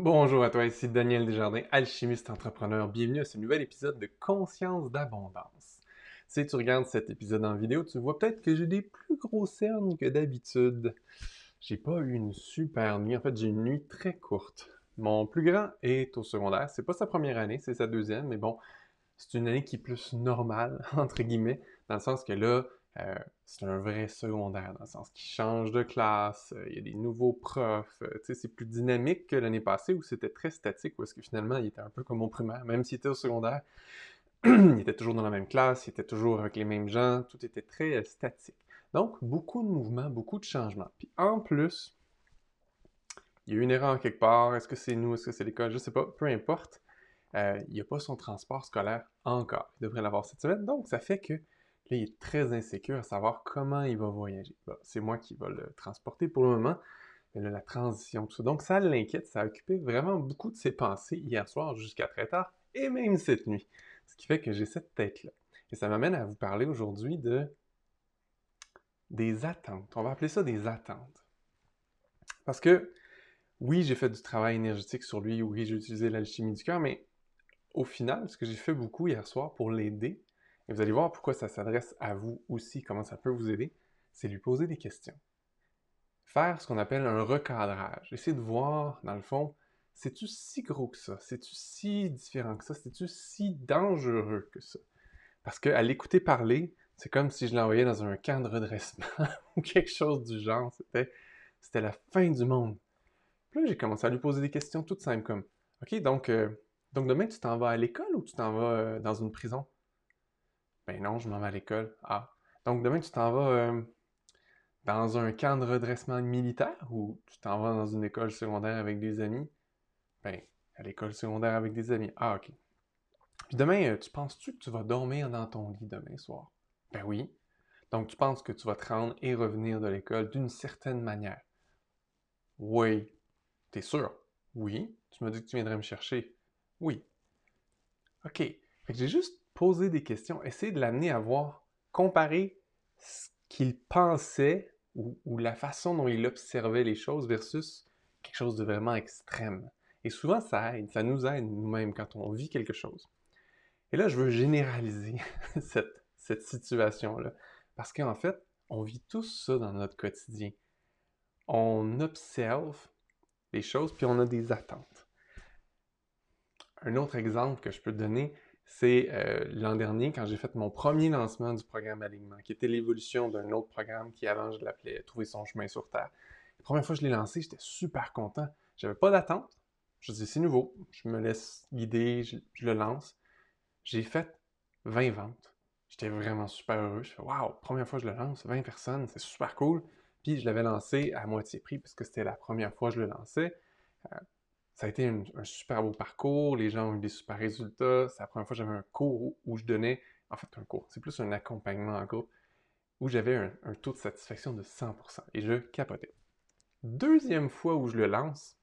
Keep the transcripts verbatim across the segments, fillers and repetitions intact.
Bonjour à toi, ici Daniel Desjardins, alchimiste entrepreneur. Bienvenue à ce nouvel épisode de Conscience d'abondance. Si tu regardes cet épisode en vidéo, tu vois peut-être que j'ai des plus gros cernes que d'habitude. J'ai pas eu une super nuit, en fait j'ai une nuit très courte. Mon plus grand est au secondaire, c'est pas sa première année, c'est sa deuxième, mais bon, c'est une année qui est plus normale, entre guillemets, dans le sens que là, euh, c'est un vrai secondaire, dans le sens qu'il change de classe, euh, il y a des nouveaux profs, euh, tu sais, c'est plus dynamique que l'année passée où c'était très statique, où est-ce que finalement il était un peu comme au primaire, même s'il était au secondaire, il était toujours dans la même classe, il était toujours avec les mêmes gens, tout était très euh, statique. Donc, beaucoup de mouvements, beaucoup de changements. Puis en plus, il y a eu une erreur quelque part, est-ce que c'est nous, est-ce que c'est l'école, je sais pas, peu importe. Euh, il n'a pas son transport scolaire encore. Il devrait l'avoir cette semaine. Donc, ça fait que là, il est très insécure à savoir comment il va voyager. Bon, c'est moi qui va le transporter pour le moment. Mais là, la transition, tout ça. Donc, ça l'inquiète. Ça a occupé vraiment beaucoup de ses pensées hier soir jusqu'à très tard et même cette nuit. Ce qui fait que j'ai cette tête-là. Et ça m'amène à vous parler aujourd'hui de des attentes. On va appeler ça des attentes. Parce que, oui, j'ai fait du travail énergétique sur lui. Oui, j'ai utilisé l'alchimie du cœur, mais au final, ce que j'ai fait beaucoup hier soir pour l'aider, et vous allez voir pourquoi ça s'adresse à vous aussi, comment ça peut vous aider, c'est lui poser des questions. Faire ce qu'on appelle un recadrage. Essayer de voir, dans le fond, c'est-tu si gros que ça? C'est-tu si différent que ça? C'est-tu si dangereux que ça? Parce qu'à l'écouter parler, c'est comme si je l'envoyais dans un camp de redressement ou quelque chose du genre. C'était, c'était la fin du monde. Puis là, j'ai commencé à lui poser des questions toutes simples comme OK, donc, euh, donc demain, tu t'en vas à l'école ou tu t'en vas euh, dans une prison? Ben non, je m'en vais à l'école. Ah. Donc demain, tu t'en vas euh, dans un camp de redressement militaire ou tu t'en vas dans une école secondaire avec des amis? Ben, à l'école secondaire avec des amis. Ah, OK. Puis demain, euh, tu penses-tu que tu vas dormir dans ton lit demain soir? Ben oui. Donc tu penses que tu vas te rendre et revenir de l'école d'une certaine manière? Oui. T'es sûr? Oui. Tu m'as dit que tu viendrais me chercher? Oui. OK. Fait que j'ai juste posé des questions, essayé de l'amener à voir, comparer ce qu'il pensait ou, ou la façon dont il observait les choses versus quelque chose de vraiment extrême. Et souvent, ça aide, ça nous aide nous-mêmes quand on vit quelque chose. Et là, je veux généraliser cette, cette situation-là. Parce qu'en fait, on vit tous ça dans notre quotidien. On observe les choses, puis on a des attentes. Un autre exemple que je peux te donner, c'est euh, l'an dernier, quand j'ai fait mon premier lancement du programme Alignement, qui était l'évolution d'un autre programme qui, avant, je l'appelais Trouver son chemin sur Terre. La première fois que je l'ai lancé, j'étais super content. J'avais pas d'attente. Je dis, c'est nouveau. Je me laisse guider, je, je le lance. J'ai fait vingt ventes. J'étais vraiment super heureux. Je fais, waouh, première fois que je le lance, vingt personnes, c'est super cool. Puis je l'avais lancé à moitié prix parce que c'était la première fois que je le lançais. Euh, ça a été un, un super beau parcours, les gens ont eu des super résultats. C'est la première fois que j'avais un cours où, où je donnais, en fait un cours, c'est plus un accompagnement en groupe, où j'avais un, un taux de satisfaction de cent pour cent et je capotais. Deuxième fois où je le lance,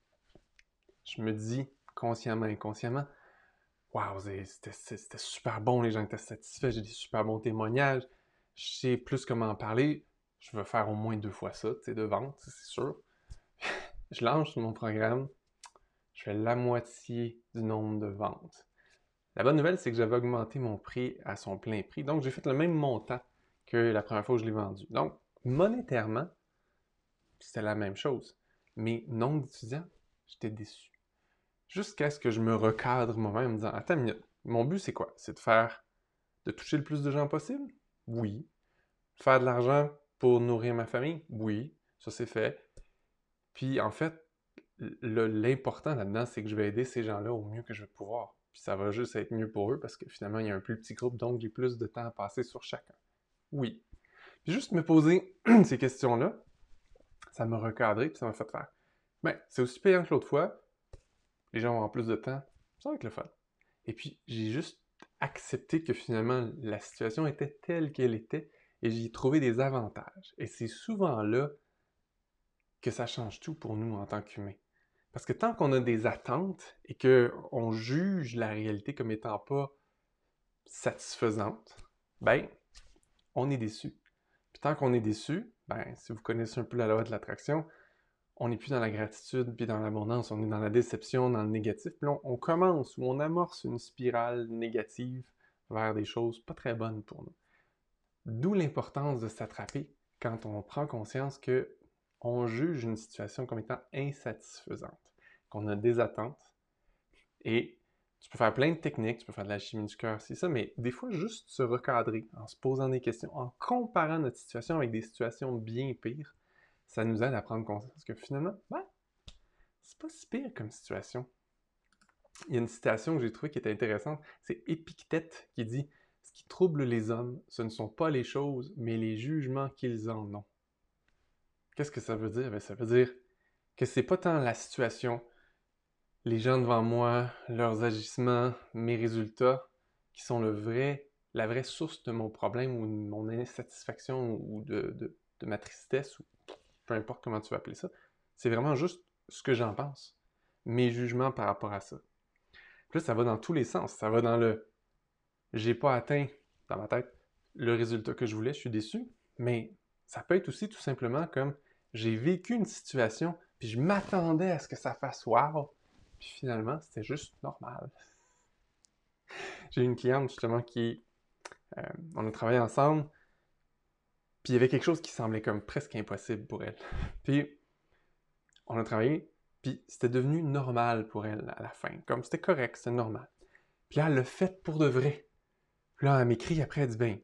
je me dis consciemment, inconsciemment, waouh, c'était c'était super bon, les gens étaient satisfaits, j'ai des super bons témoignages, je sais plus comment en parler, je veux faire au moins deux fois ça, tu sais, de vente, c'est sûr. Je lance mon programme, je fais la moitié du nombre de ventes. La bonne nouvelle, c'est que j'avais augmenté mon prix à son plein prix. Donc, j'ai fait le même montant que la première fois où je l'ai vendu. Donc, monétairement, c'était la même chose. Mais nombre d'étudiants, j'étais déçu. Jusqu'à ce que je me recadre moi-même en me disant, attends une minute, mon but c'est quoi? C'est de faire, de toucher le plus de gens possible? Oui. Faire de l'argent pour nourrir ma famille? Oui. Ça c'est fait. Puis en fait, l'important là-dedans, c'est que je vais aider ces gens-là au mieux que je vais pouvoir. Puis ça va juste être mieux pour eux parce que finalement, il y a un plus petit groupe, donc j'ai plus de temps à passer sur chacun. Oui. Puis juste me poser ces questions-là, ça m'a recadré, puis ça m'a fait faire. Ben, c'est aussi payant que l'autre fois, les gens vont avoir plus de temps, ça va être le fun. Et puis, j'ai juste accepté que finalement, la situation était telle qu'elle était, et j'ai trouvé des avantages. Et c'est souvent là que ça change tout pour nous en tant qu'humains. Parce que tant qu'on a des attentes et qu'on juge la réalité comme étant pas satisfaisante, ben, on est déçu. Puis tant qu'on est déçu, ben, si vous connaissez un peu la loi de l'attraction, on n'est plus dans la gratitude puis dans l'abondance, on est dans la déception, dans le négatif. Puis là, on, on commence ou on amorce une spirale négative vers des choses pas très bonnes pour nous. D'où l'importance de s'attraper quand on prend conscience que on juge une situation comme étant insatisfaisante, qu'on a des attentes. Et tu peux faire plein de techniques, tu peux faire de la chimie du cœur, c'est ça, mais des fois, juste se recadrer en se posant des questions, en comparant notre situation avec des situations bien pires, ça nous aide à prendre conscience que finalement, ben, c'est pas si pire comme situation. Il y a une citation que j'ai trouvée qui était intéressante, c'est Épictète qui dit « Ce qui trouble les hommes, ce ne sont pas les choses, mais les jugements qu'ils en ont. » Qu'est-ce que ça veut dire? Ben, ça veut dire que c'est pas tant la situation, les gens devant moi, leurs agissements, mes résultats, qui sont le vrai, la vraie source de mon problème ou de mon insatisfaction ou de, de, de ma tristesse, ou peu importe comment tu vas appeler ça. C'est vraiment juste ce que j'en pense, mes jugements par rapport à ça. Puis là, ça va dans tous les sens. Ça va dans le « j'ai pas atteint, dans ma tête, le résultat que je voulais, je suis déçu », mais ça peut être aussi tout simplement comme « j'ai vécu une situation, puis je m'attendais à ce que ça fasse wow », puis finalement, c'était juste normal. J'ai une cliente, justement, qui... Euh, on a travaillé ensemble, puis il y avait quelque chose qui semblait comme presque impossible pour elle. Puis, on a travaillé, puis c'était devenu normal pour elle à la fin. Comme c'était correct, c'était normal. Puis là, elle l'a fait pour de vrai. Puis là, elle m'écrit après, elle dit, ben,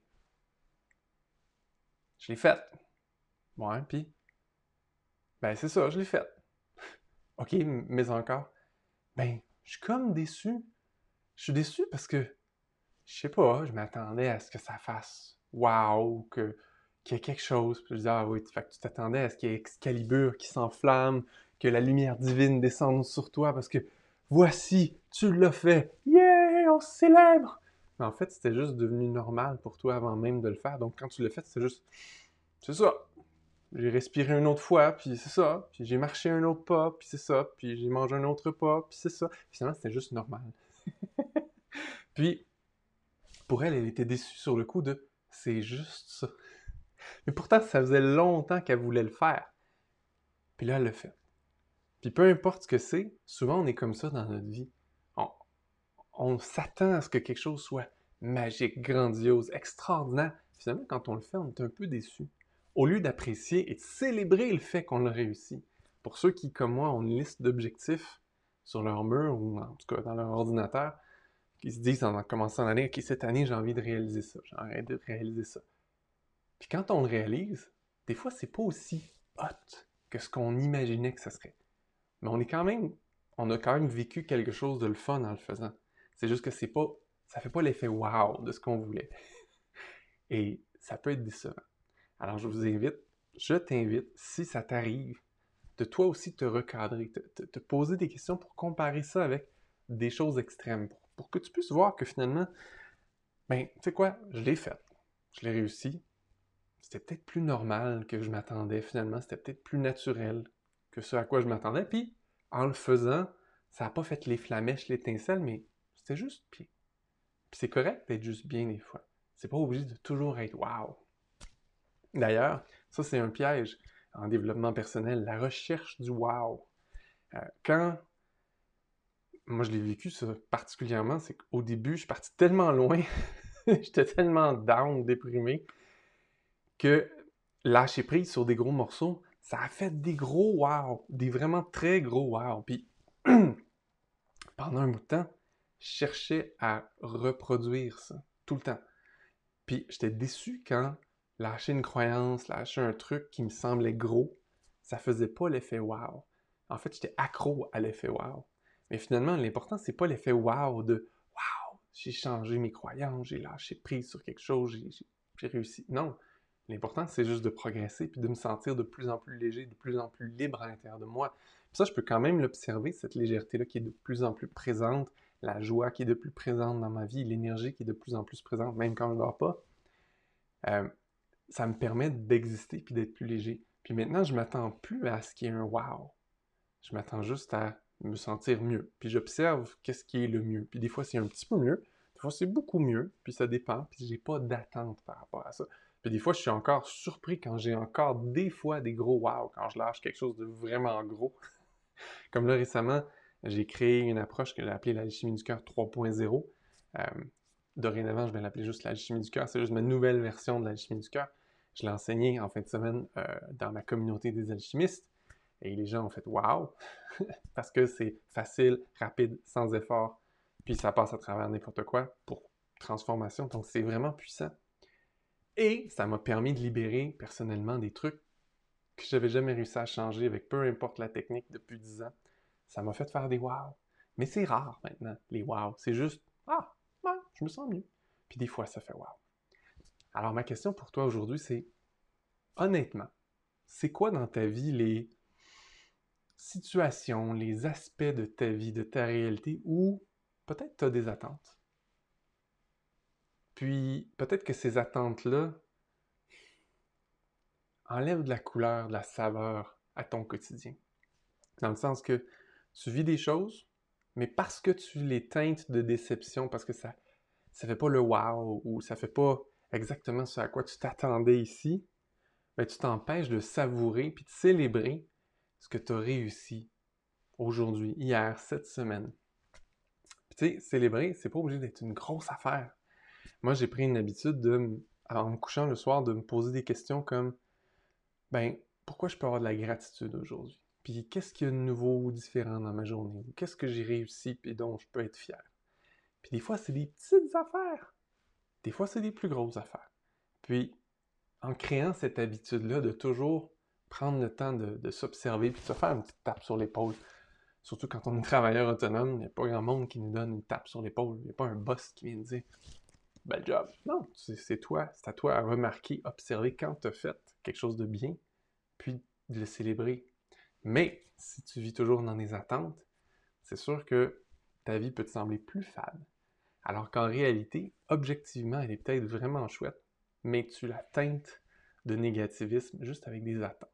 je l'ai faite. Ouais, puis, ben c'est ça, je l'ai faite. OK, mais encore, ben, je suis comme déçu. Je suis déçu parce que, je sais pas, je m'attendais à ce que ça fasse wow, que, qu'il y ait quelque chose. Puis je dis, ah oui, fait que tu t'attendais à ce qu'il y ait Excalibur qui s'enflamme, que la lumière divine descende sur toi parce que, voici, tu l'as fait. Yeah, on célèbre! Mais en fait, c'était juste devenu normal pour toi avant même de le faire. Donc, quand tu l'as fait, c'est juste, c'est ça. J'ai respiré une autre fois, puis c'est ça. Puis j'ai marché un autre pas, puis c'est ça. Puis j'ai mangé un autre pas, puis c'est ça. Finalement, c'était juste normal. Puis, pour elle, elle était déçue sur le coup de « c'est juste ça ». Mais pourtant, ça faisait longtemps qu'elle voulait le faire. Puis là, elle le fait. Puis peu importe ce que c'est, souvent on est comme ça dans notre vie. On, on s'attend à ce que quelque chose soit magique, grandiose, extraordinaire. Finalement, quand on le fait, on est un peu déçu. Au lieu d'apprécier et de célébrer le fait qu'on l'a réussi. Pour ceux qui, comme moi, ont une liste d'objectifs sur leur mur ou en tout cas dans leur ordinateur, qui se disent en commençant l'année, OK, cette année, j'ai envie de réaliser ça, j'ai envie de réaliser ça. Puis quand on le réalise, des fois, c'est pas aussi hot que ce qu'on imaginait que ça serait. Mais on est quand même, on a quand même vécu quelque chose de le fun en le faisant. C'est juste que c'est pas, ça fait pas l'effet wow de ce qu'on voulait. Et ça peut être décevant. Alors je vous invite, je t'invite, si ça t'arrive, de toi aussi te recadrer, te, te, te poser des questions pour comparer ça avec des choses extrêmes, pour, pour que tu puisses voir que finalement, ben, tu sais quoi, je l'ai fait, je l'ai réussi, c'était peut-être plus normal que je m'attendais finalement, c'était peut-être plus naturel que ce à quoi je m'attendais, puis en le faisant, ça n'a pas fait les flamèches, l'étincelle, mais c'était juste bien. Puis c'est correct d'être juste bien des fois. C'est pas obligé de toujours être wow. D'ailleurs, ça c'est un piège en développement personnel, la recherche du wow. Euh, quand moi je l'ai vécu ça particulièrement, c'est qu'au début, je suis parti tellement loin, j'étais tellement down, déprimé, que lâcher prise sur des gros morceaux, ça a fait des gros wow, des vraiment très gros wow. Puis pendant un bout de temps, je cherchais à reproduire ça, tout le temps. Puis j'étais déçu quand lâcher une croyance, lâcher un truc qui me semblait gros, ça faisait pas l'effet wow. En fait, j'étais accro à l'effet wow. Mais finalement, l'important, c'est pas l'effet wow de wow, j'ai changé mes croyances, j'ai lâché prise sur quelque chose, j'ai, j'ai, j'ai réussi. Non. L'important, c'est juste de progresser puis de me sentir de plus en plus léger, de plus en plus libre à l'intérieur de moi. Puis ça, je peux quand même l'observer, cette légèreté-là qui est de plus en plus présente, la joie qui est de plus présente dans ma vie, l'énergie qui est de plus en plus présente, même quand je ne dors pas. Euh, ça me permet d'exister puis d'être plus léger. Puis maintenant, je m'attends plus à ce qu'il y ait un wow. Je m'attends juste à me sentir mieux. Puis j'observe qu'est-ce qui est le mieux. Puis des fois, c'est un petit peu mieux. Des fois, c'est beaucoup mieux. Puis ça dépend. Puis j'ai pas d'attente par rapport à ça. Puis Puis des fois, je suis encore surpris quand j'ai encore des fois des gros wow, quand je lâche quelque chose de vraiment gros. Comme là, récemment, j'ai créé une approche que j'ai appelée l'alchimie du cœur trois point zéro. Euh, dorénavant, je vais l'appeler juste l'alchimie du cœur. C'est juste ma nouvelle version de l'alchimie du cœur. Je l'ai enseignée en fin de semaine euh, dans ma communauté des alchimistes. Et les gens ont fait « wow » parce que c'est facile, rapide, sans effort. Puis ça passe à travers n'importe quoi pour transformation. Donc c'est vraiment puissant. Et ça m'a permis de libérer personnellement des trucs que j'avais jamais réussi à changer avec peu importe la technique depuis dix ans. Ça m'a fait faire des wow. Mais c'est rare maintenant, les wow. C'est juste « ah, ouais, je me sens mieux ». Puis des fois, ça fait wow. Alors ma question pour toi aujourd'hui, c'est honnêtement, c'est quoi dans ta vie les situations, les aspects de ta vie, de ta réalité où peut-être tu as des attentes? Puis peut-être que ces attentes-là enlèvent de la couleur, de la saveur à ton quotidien. Dans le sens que tu vis des choses, mais parce que tu les teintes de déception, parce que ça ça fait pas le wow ou ça fait pas exactement ce à quoi tu t'attendais ici, ben tu t'empêches de savourer puis de célébrer ce que tu as réussi aujourd'hui, hier, cette semaine. Puis tu sais, célébrer, c'est pas obligé d'être une grosse affaire. Moi, j'ai pris une habitude de, en me couchant le soir, de me poser des questions comme, ben, pourquoi je peux avoir de la gratitude aujourd'hui? Puis qu'est-ce qu'il y a de nouveau ou différent dans ma journée? Qu'est-ce que j'ai réussi et dont je peux être fier? Puis des fois, c'est des petites affaires. Des fois, c'est des plus grosses affaires. Puis, en créant cette habitude-là de toujours prendre le temps de, de s'observer puis de se faire une petite tape sur l'épaule, surtout quand on est travailleur autonome, il n'y a pas grand monde qui nous donne une tape sur l'épaule. Il n'y a pas un boss qui vient nous dire « bel job ». Non, c'est toi, c'est à toi à remarquer, observer quand tu as fait quelque chose de bien, puis de le célébrer. Mais si tu vis toujours dans des attentes, c'est sûr que ta vie peut te sembler plus fade. Alors qu'en réalité, objectivement, elle est peut-être vraiment chouette, mais tu la teintes de négativisme juste avec des attentes.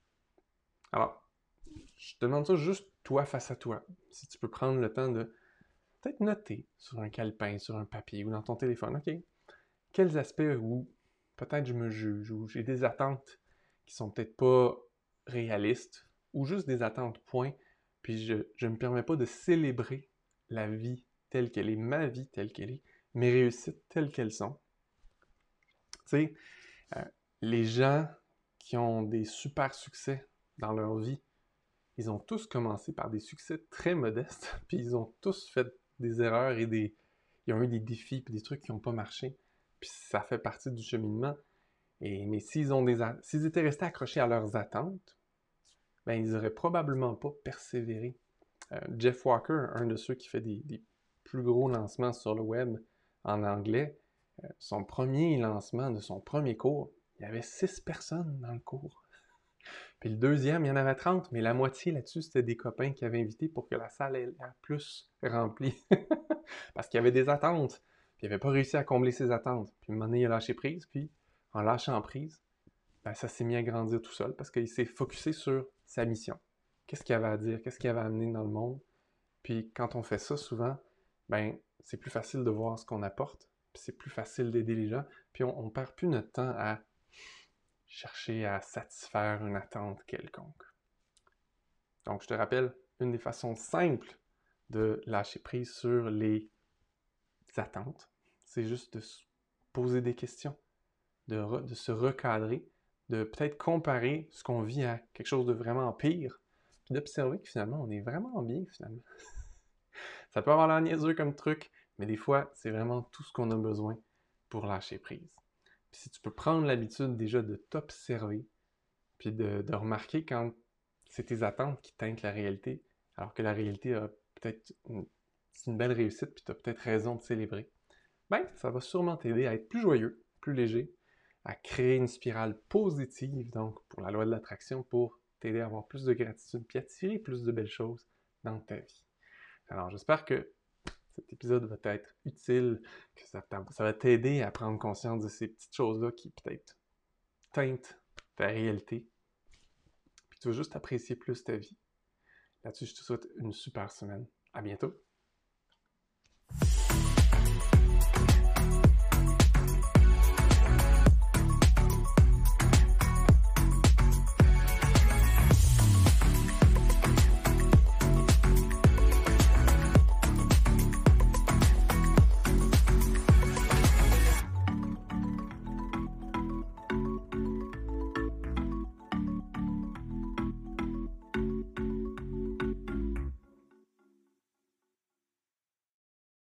Alors, je te demande ça juste toi face à toi. Si tu peux prendre le temps de peut-être noter sur un calepin, sur un papier ou dans ton téléphone, OK, quels aspects où peut-être je me juge, ou j'ai des attentes qui sont peut-être pas réalistes, ou juste des attentes, point, puis je ne me permets pas de célébrer la vie telle qu'elle est, ma vie telle qu'elle est, mes réussites telles qu'elles sont. Tu sais, euh, les gens qui ont des super succès dans leur vie, ils ont tous commencé par des succès très modestes, puis ils ont tous fait des erreurs et des... Ils ont eu des défis puis des trucs qui n'ont pas marché. Puis ça fait partie du cheminement. Et, mais s'ils ont des s'ils étaient restés accrochés à leurs attentes, ben ils n'auraient probablement pas persévéré. Euh, Jeff Walker, un de ceux qui fait des, des plus gros lancements sur le web en anglais, euh, son premier lancement de son premier cours, il y avait six personnes dans le cours. Puis le deuxième, il y en avait trente, mais la moitié là-dessus, c'était des copains qui avaient invité pour que la salle ait l'air plus remplie. Parce qu'il y avait des attentes. Puis il n'avait pas réussi à combler ses attentes. Puis à un moment donné, il a lâché prise, puis en lâchant prise, ben, ça s'est mis à grandir tout seul parce qu'il s'est focusé sur sa mission. Qu'est-ce qu'il avait à dire? Qu'est-ce qu'il avait à amener dans le monde? Puis quand on fait ça, souvent, ben c'est plus facile de voir ce qu'on apporte, puis c'est plus facile d'aider les gens, puis on ne perd plus notre temps à chercher à satisfaire une attente quelconque. Donc, je te rappelle, une des façons simples de lâcher prise sur les attentes, c'est juste de se poser des questions, de, re, de se recadrer, de peut-être comparer ce qu'on vit à quelque chose de vraiment pire, puis d'observer que finalement, on est vraiment bien, finalement. Ça peut avoir l'air niaiseux comme truc, mais des fois, c'est vraiment tout ce qu'on a besoin pour lâcher prise. Puis si tu peux prendre l'habitude déjà de t'observer, puis de, de remarquer quand c'est tes attentes qui teintent la réalité, alors que la réalité a peut-être une, une belle réussite, puis tu as peut-être raison de célébrer, ben, ça va sûrement t'aider à être plus joyeux, plus léger, à créer une spirale positive, donc pour la loi de l'attraction, pour t'aider à avoir plus de gratitude, puis attirer plus de belles choses dans ta vie. Alors, j'espère que cet épisode va t'être utile, que ça, ça va t'aider à prendre conscience de ces petites choses-là qui peut-être teintent ta réalité, puis tu vas juste apprécier plus ta vie. Là-dessus, je te souhaite une super semaine. À bientôt!